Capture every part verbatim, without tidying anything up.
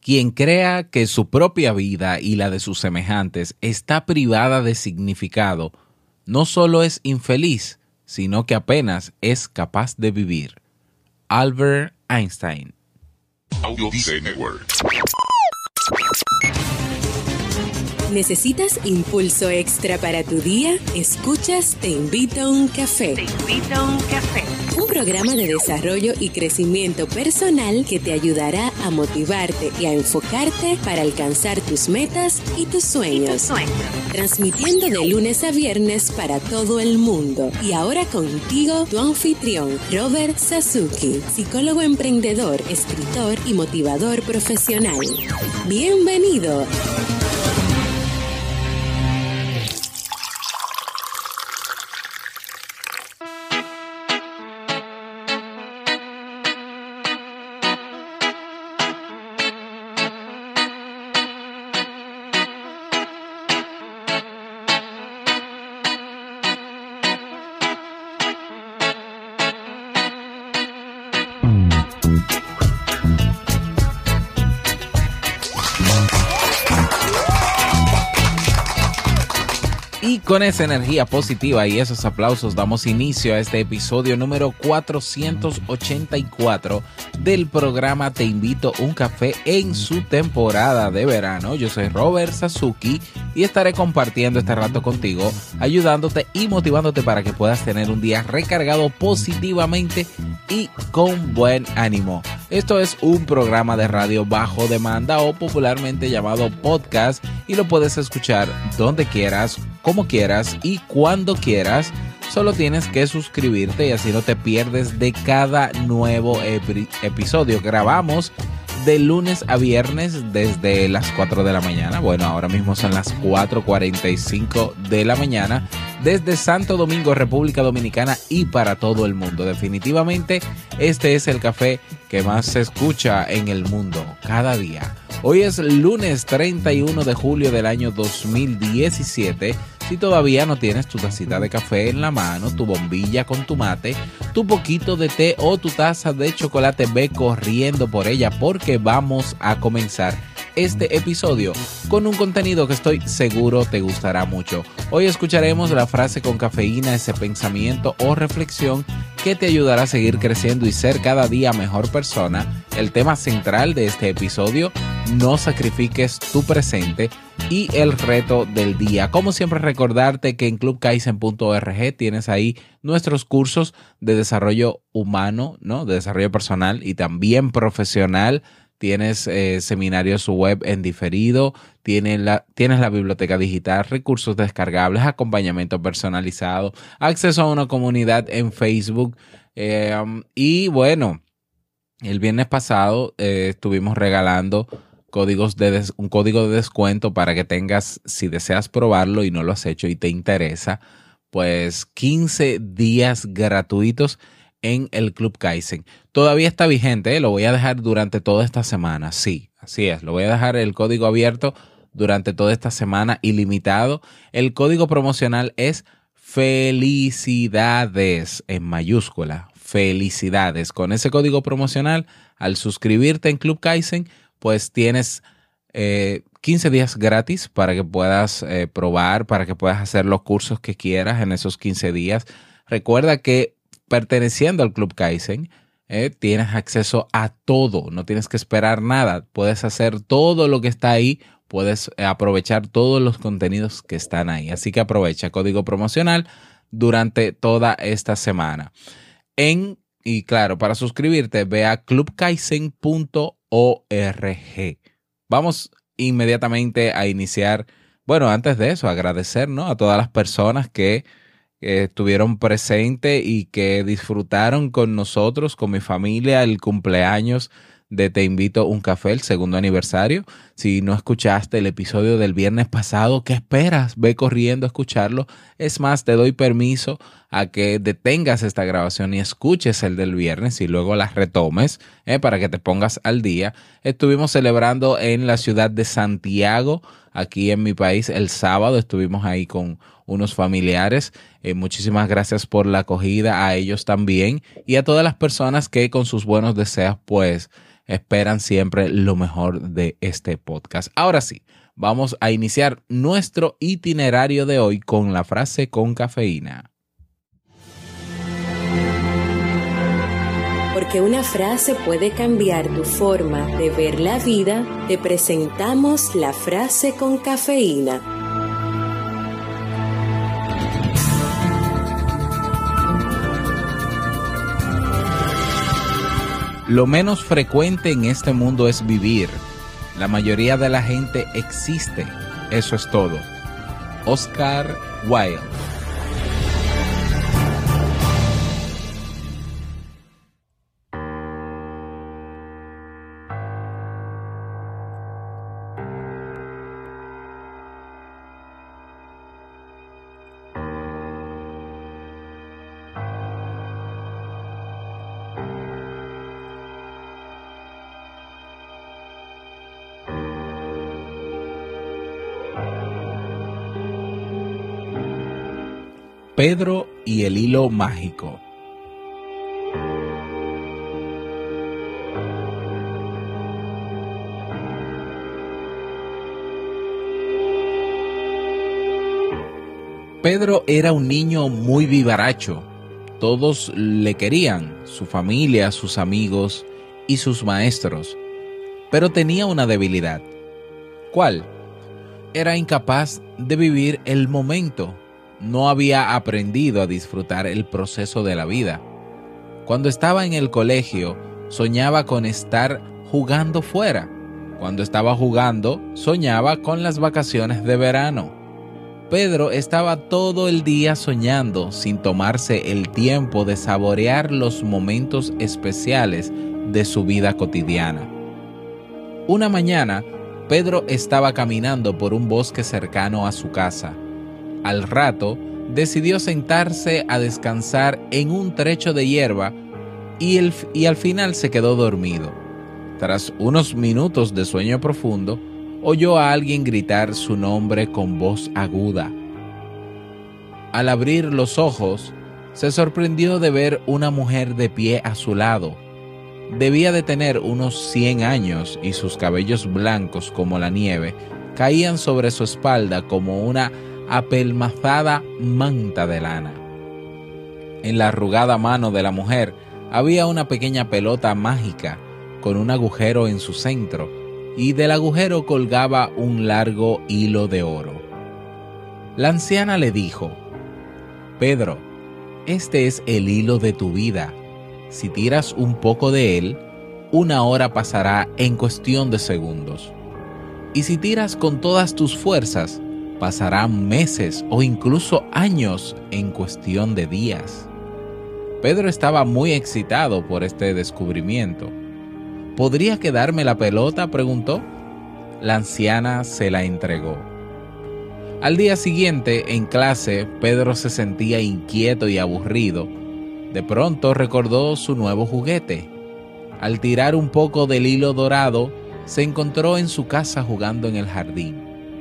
Quien crea que su propia vida y la de sus semejantes está privada de significado, no solo es infeliz, sino que apenas es capaz de vivir. Albert Einstein. Audio Dice Network. ¿Necesitas impulso extra para tu día? Escuchas Te Invito a un Café. Te Invito a un Café. Un programa de desarrollo y crecimiento personal que te ayudará a motivarte y a enfocarte para alcanzar tus metas y tus sueños. Y tus sueños. Transmitiendo de lunes a viernes para todo el mundo. Y ahora contigo, tu anfitrión, Robert Sasuki, psicólogo emprendedor, escritor y motivador profesional. ¡Bienvenido! Y con esa energía positiva y esos aplausos damos inicio a este episodio número cuatrocientos ochenta y cuatro del programa Te Invito a un Café en su temporada de verano. Yo soy Robert Sasuki y estaré compartiendo este rato contigo, ayudándote y motivándote para que puedas tener un día recargado positivamente y con buen ánimo. Esto es un programa de radio bajo demanda o popularmente llamado podcast y lo puedes escuchar donde quieras, como quieras y cuando quieras. Solo tienes que suscribirte y así no te pierdes de cada nuevo epi- episodio. Grabamos de lunes a viernes desde las cuatro de la mañana. Bueno, ahora mismo son las cuatro cuarenta y cinco de la mañana desde Santo Domingo, República Dominicana y para todo el mundo. Definitivamente este es el café que más se escucha en el mundo cada día. Hoy es lunes treinta y uno de julio del año dos mil diecisiete. Si todavía no tienes tu tacita de café en la mano, tu bombilla con tu mate, tu poquito de té o tu taza de chocolate, ve corriendo por ella porque vamos a comenzar este episodio con un contenido que estoy seguro te gustará mucho. Hoy escucharemos la frase con cafeína, ese pensamiento o reflexión que te ayudará a seguir creciendo y ser cada día mejor persona. El tema central de este episodio: no sacrifiques tu presente, y el reto del día. Como siempre, recordarte que en club kaizen punto org tienes ahí nuestros cursos de desarrollo humano, ¿no? De desarrollo personal y también profesional. Tienes eh, seminarios web en diferido, tienes la, tienes la biblioteca digital, recursos descargables, acompañamiento personalizado, acceso a una comunidad en Facebook. Eh, um, y bueno, el viernes pasado eh, estuvimos regalando códigos de des- un código de descuento para que tengas, si deseas probarlo y no lo has hecho y te interesa, pues quince días gratuitos en el Club Kaizen. Todavía está vigente, ¿eh? Lo voy a dejar durante toda esta semana. Sí, así es. Lo voy a dejar el código abierto durante toda esta semana, ilimitado. El código promocional es felicidades en mayúscula. Felicidades. Con ese código promocional, al suscribirte en Club Kaizen, pues tienes eh, quince días gratis para que puedas eh, probar, para que puedas hacer los cursos que quieras en esos quince días. Recuerda que perteneciendo al Club Kaizen, eh, tienes acceso a todo, no tienes que esperar nada, puedes hacer todo lo que está ahí, puedes aprovechar todos los contenidos que están ahí. Así que aprovecha código promocional durante toda esta semana. En, y claro, para suscribirte, ve a club kaizen punto org. Vamos inmediatamente a iniciar. Bueno, antes de eso, agradecer, ¿no?, a todas las personas que que estuvieron presentes y que disfrutaron con nosotros, con mi familia, el cumpleaños de Te Invito a un Café, el segundo aniversario. Si no escuchaste el episodio del viernes pasado, ¿qué esperas? Ve corriendo a escucharlo. Es más, te doy permiso a que detengas esta grabación y escuches el del viernes y luego las retomes eh, para que te pongas al día. Estuvimos celebrando en la ciudad de Santiago, aquí en mi país, el sábado. Estuvimos ahí con unos familiares. Eh, muchísimas gracias por la acogida a ellos también y a todas las personas que con sus buenos deseos pues esperan siempre lo mejor de este podcast. Ahora sí, vamos a iniciar nuestro itinerario de hoy con la frase con cafeína. Porque una frase puede cambiar tu forma de ver la vida, te presentamos la frase con cafeína. Lo menos frecuente en este mundo es vivir. La mayoría de la gente existe. Eso es todo. Oscar Wilde. Pedro y el hilo mágico. Pedro era un niño muy vivaracho. Todos le querían, su familia, sus amigos y sus maestros. Pero tenía una debilidad. ¿Cuál? Era incapaz de vivir el momento. No había aprendido a disfrutar el proceso de la vida. Cuando estaba en el colegio, soñaba con estar jugando fuera. Cuando estaba jugando, soñaba con las vacaciones de verano. Pedro estaba todo el día soñando sin tomarse el tiempo de saborear los momentos especiales de su vida cotidiana. Una mañana, Pedro estaba caminando por un bosque cercano a su casa. Al rato, decidió sentarse a descansar en un trecho de hierba y, el, y al final se quedó dormido. Tras unos minutos de sueño profundo, oyó a alguien gritar su nombre con voz aguda. Al abrir los ojos, se sorprendió de ver una mujer de pie a su lado. Debía de tener unos cien años y sus cabellos blancos como la nieve caían sobre su espalda como una apelmazada manta de lana. En la arrugada mano de la mujer había una pequeña pelota mágica con un agujero en su centro y del agujero colgaba un largo hilo de oro. La anciana le dijo: Pedro, este es el hilo de tu vida. Si tiras un poco de él, una hora pasará en cuestión de segundos. Y si tiras con todas tus fuerzas, pasarán meses o incluso años en cuestión de días. Pedro estaba muy excitado por este descubrimiento. ¿Podría quedarme la pelota?, preguntó. La anciana se la entregó. Al día siguiente, en clase, Pedro se sentía inquieto y aburrido. De pronto recordó su nuevo juguete. Al tirar un poco del hilo dorado, se encontró en su casa jugando en el jardín.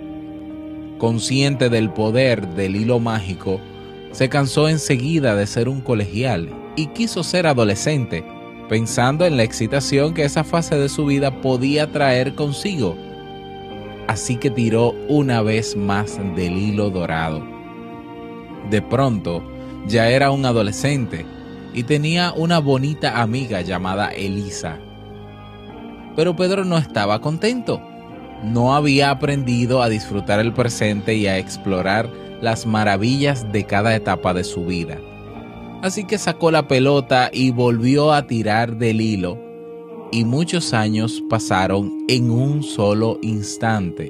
Consciente del poder del hilo mágico, se cansó enseguida de ser un colegial y quiso ser adolescente, pensando en la excitación que esa fase de su vida podía traer consigo. Así que tiró una vez más del hilo dorado. De pronto, ya era un adolescente y tenía una bonita amiga llamada Elisa. Pero Pedro no estaba contento. No había aprendido a disfrutar el presente y a explorar las maravillas de cada etapa de su vida. Así que sacó la pelota y volvió a tirar del hilo, y muchos años pasaron en un solo instante.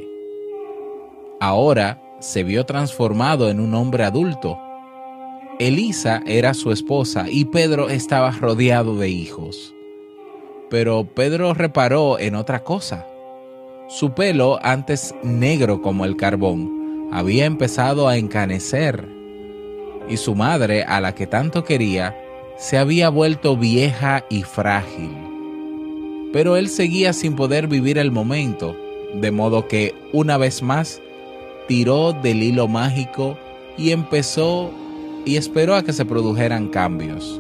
Ahora se vio transformado en un hombre adulto. Elisa era su esposa y Pedro estaba rodeado de hijos. Pero Pedro reparó en otra cosa. Su pelo, antes negro como el carbón, había empezado a encanecer. y su madre, a la que tanto quería, se había vuelto vieja y frágil. Pero él seguía sin poder vivir el momento, de modo que, una vez más, tiró del hilo mágico y empezó y esperó a que se produjeran cambios.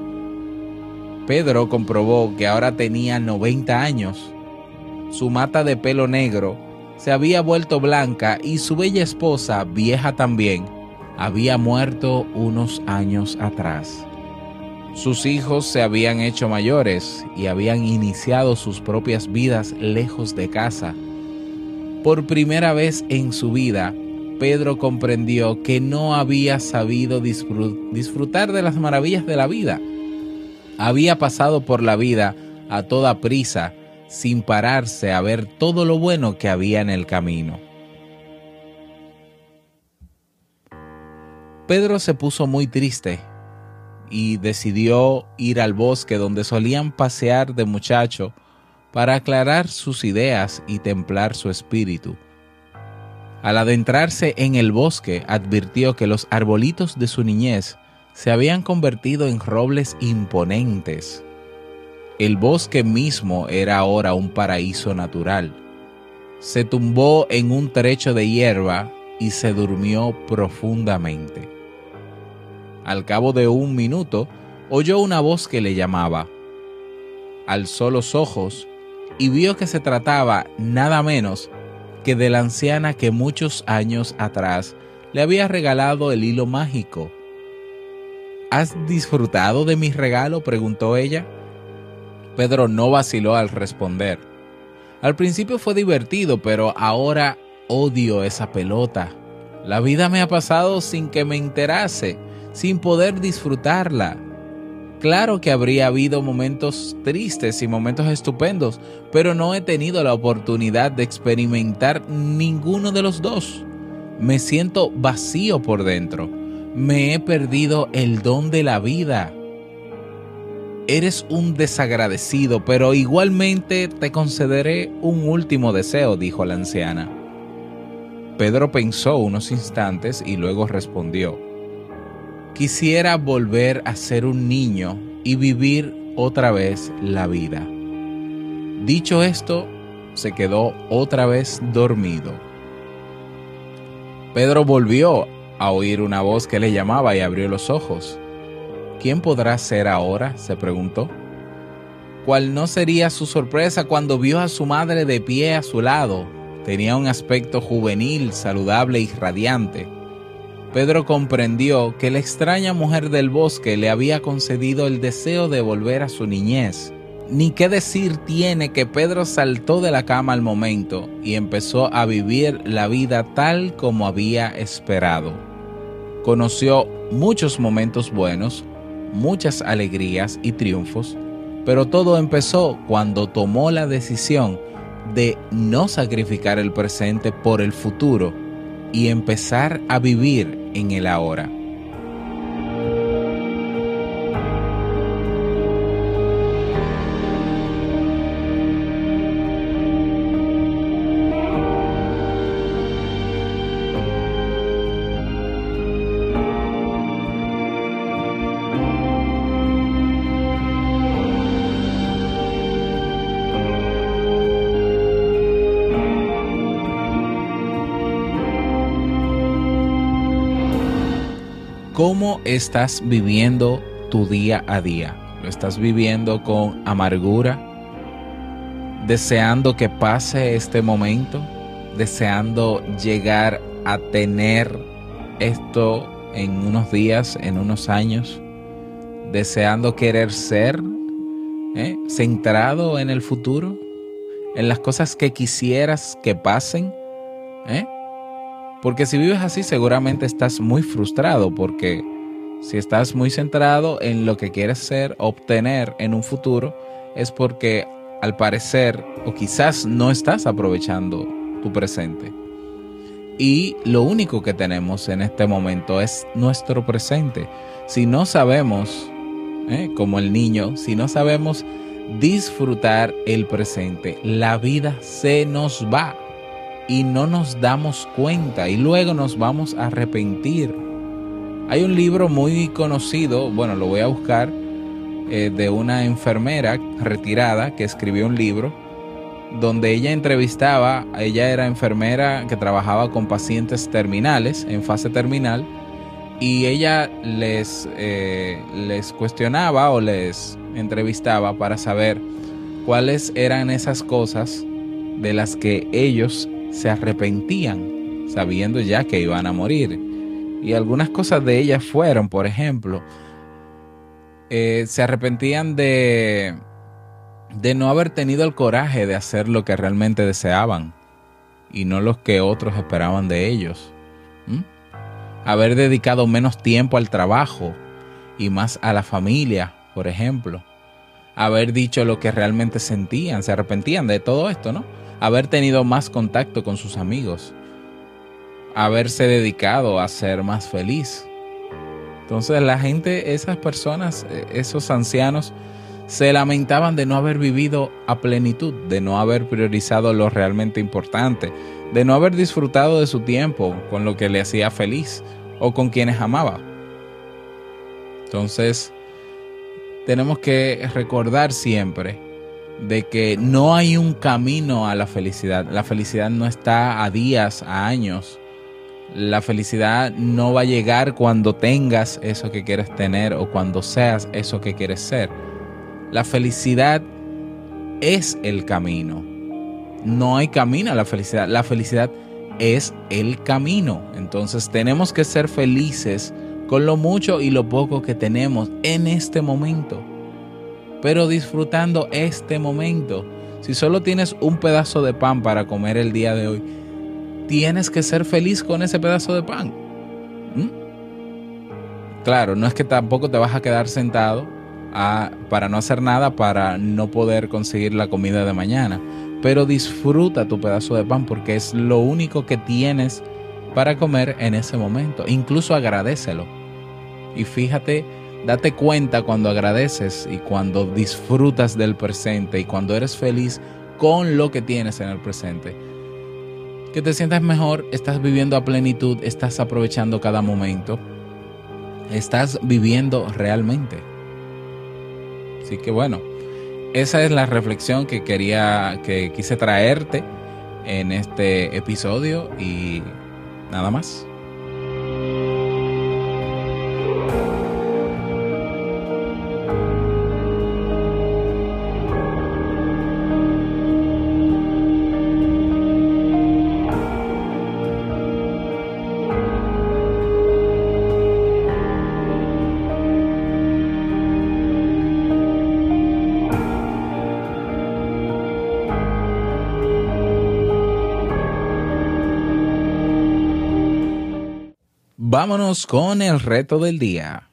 Pedro comprobó que ahora tenía noventa años. Su mata de pelo negro se había vuelto blanca y su bella esposa, vieja también, había muerto unos años atrás. Sus hijos se habían hecho mayores y habían iniciado sus propias vidas lejos de casa. Por primera vez en su vida, Pedro comprendió que no había sabido disfrutar de las maravillas de la vida. Había pasado por la vida a toda prisa, sin pararse a ver todo lo bueno que había en el camino. Pedro se puso muy triste y decidió ir al bosque donde solían pasear de muchacho para aclarar sus ideas y templar su espíritu. Al adentrarse en el bosque, advirtió que los arbolitos de su niñez se habían convertido en robles imponentes. El bosque mismo era ahora un paraíso natural. Se tumbó en un trecho de hierba y se durmió profundamente. Al cabo de un minuto, oyó una voz que le llamaba. Alzó los ojos y vio que se trataba nada menos que de la anciana que muchos años atrás le había regalado el hilo mágico. ¿Has disfrutado de mi regalo?, preguntó ella. Pedro no vaciló al responder. Al principio fue divertido, pero ahora odio esa pelota. La vida me ha pasado sin que me enterase, sin poder disfrutarla. Claro que habría habido momentos tristes y momentos estupendos, pero no he tenido la oportunidad de experimentar ninguno de los dos. Me siento vacío por dentro. Me he perdido el don de la vida. Eres un desagradecido, pero igualmente te concederé un último deseo, dijo la anciana. Pedro pensó unos instantes y luego respondió: quisiera volver a ser un niño y vivir otra vez la vida. Dicho esto, se quedó otra vez dormido. Pedro volvió a oír una voz que le llamaba y abrió los ojos. ¿Quién podrá ser ahora?, se preguntó. ¿Cuál no sería su sorpresa cuando vio a su madre de pie a su lado? Tenía un aspecto juvenil, saludable y radiante. Pedro comprendió que la extraña mujer del bosque le había concedido el deseo de volver a su niñez. Ni qué decir tiene que Pedro saltó de la cama al momento y empezó a vivir la vida tal como había esperado. Conoció muchos momentos buenos, muchas alegrías y triunfos, pero todo empezó cuando tomó la decisión de no sacrificar el presente por el futuro y empezar a vivir en el ahora. ¿Cómo estás viviendo tu día a día? ¿Lo estás viviendo con amargura? ¿Deseando que pase este momento? ¿Deseando llegar a tener esto en unos días, en unos años? ¿Deseando querer ser ¿eh? centrado en el futuro? ¿En las cosas que quisieras que pasen? ¿Eh? Porque si vives así, seguramente estás muy frustrado, porque si estás muy centrado en lo que quieres ser, obtener en un futuro, es porque al parecer o quizás no estás aprovechando tu presente. Y lo único que tenemos en este momento es nuestro presente. Si no sabemos, ¿eh? como el niño, si no sabemos disfrutar el presente, la vida se nos va. Y no nos damos cuenta y luego nos vamos a arrepentir. Hay un libro muy conocido, bueno, lo voy a buscar, eh, de una enfermera retirada que escribió un libro donde ella entrevistaba, ella era enfermera que trabajaba con pacientes terminales, en fase terminal, y ella les, eh, les cuestionaba o les entrevistaba para saber cuáles eran esas cosas de las que ellos se arrepentían, sabiendo ya que iban a morir. Y algunas cosas de ellas fueron, por ejemplo, eh, se arrepentían de, de no haber tenido el coraje de hacer lo que realmente deseaban y no lo que otros esperaban de ellos. ¿Mm? Haber dedicado menos tiempo al trabajo y más a la familia, por ejemplo. Haber dicho lo que realmente sentían, se arrepentían de todo esto, ¿no? Haber tenido más contacto con sus amigos. Haberse dedicado a ser más feliz. Entonces la gente, esas personas, esos ancianos, se lamentaban de no haber vivido a plenitud, de no haber priorizado lo realmente importante, de no haber disfrutado de su tiempo con lo que le hacía feliz o con quienes amaba. Entonces, tenemos que recordar siempre de que no hay un camino a la felicidad. La felicidad no está a días, a años. La felicidad no va a llegar cuando tengas eso que quieres tener o cuando seas eso que quieres ser. La felicidad es el camino. No hay camino a la felicidad. La felicidad es el camino. Entonces tenemos que ser felices con lo mucho y lo poco que tenemos en este momento, pero disfrutando este momento. Si solo tienes un pedazo de pan para comer el día de hoy, tienes que ser feliz con ese pedazo de pan. ¿Mm? Claro, no es que tampoco te vas a quedar sentado a, para no hacer nada, para no poder conseguir la comida de mañana, pero disfruta tu pedazo de pan porque es lo único que tienes para comer en ese momento. Incluso agradécelo. Y fíjate, date cuenta cuando agradeces y cuando disfrutas del presente y cuando eres feliz con lo que tienes en el presente, que te sientas mejor, estás viviendo a plenitud, estás aprovechando cada momento, estás viviendo realmente. Así que bueno, esa es la reflexión que quería, que quise traerte en este episodio y nada más. Vámonos con el reto del día.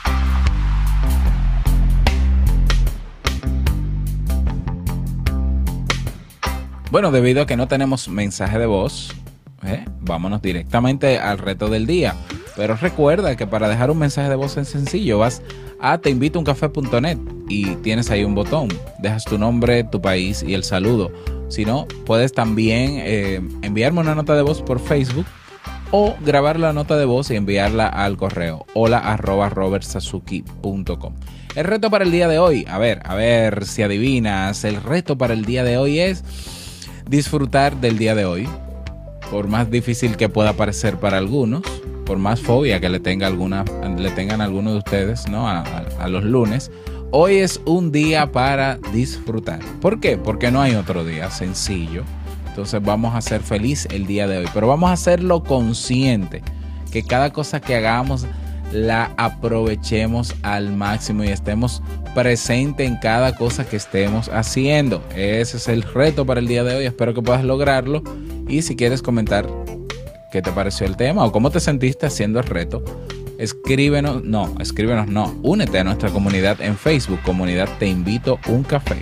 Bueno, debido a que no tenemos mensaje de voz, ¿eh? vámonos directamente al reto del día. Pero recuerda que para dejar un mensaje de voz es sencillo. Vas a te invito un café punto net y tienes ahí un botón. Dejas tu nombre, tu país y el saludo. Si no, puedes también eh, enviarme una nota de voz por Facebook o grabar la nota de voz y enviarla al correo hola arroba robertsazuki punto com. El reto para el día de hoy, a ver, a ver si adivinas, el reto para el día de hoy es disfrutar del día de hoy, por más difícil que pueda parecer para algunos, por más fobia que le tenga alguna, le tengan algunos de ustedes, ¿no? a, a, a los lunes. Hoy es un día para disfrutar. ¿Por qué? Porque no hay otro día, sencillo. Entonces vamos a ser feliz el día de hoy, pero vamos a hacerlo consciente, que cada cosa que hagamos la aprovechemos al máximo y estemos presentes en cada cosa que estemos haciendo. Ese es el reto para el día de hoy, espero que puedas lograrlo. Y si quieres comentar qué te pareció el tema o cómo te sentiste haciendo el reto, escríbenos, no, escríbenos no, únete a nuestra comunidad en Facebook, comunidad Te Invito un Café.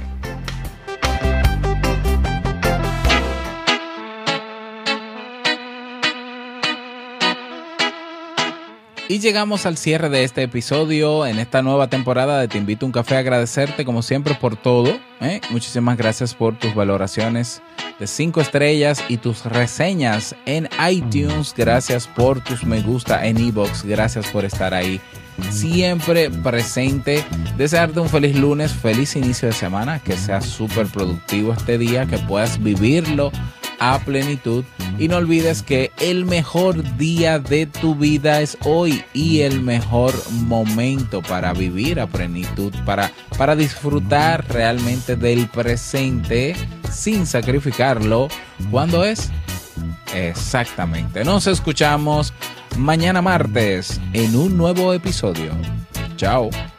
Y llegamos al cierre de este episodio en esta nueva temporada de Te Invito a un Café. Agradecerte como siempre por todo, ¿eh? Muchísimas gracias por tus valoraciones de cinco estrellas y tus reseñas en iTunes. Gracias por tus me gusta en iVoox. Gracias por estar ahí siempre presente. Desearte un feliz lunes, feliz inicio de semana, que sea súper productivo este día, que puedas vivirlo a plenitud, y no olvides que el mejor día de tu vida es hoy y el mejor momento para vivir a plenitud, para, para disfrutar realmente del presente sin sacrificarlo. ¿Cuándo es? Exactamente. Nos escuchamos mañana martes en un nuevo episodio. Chao.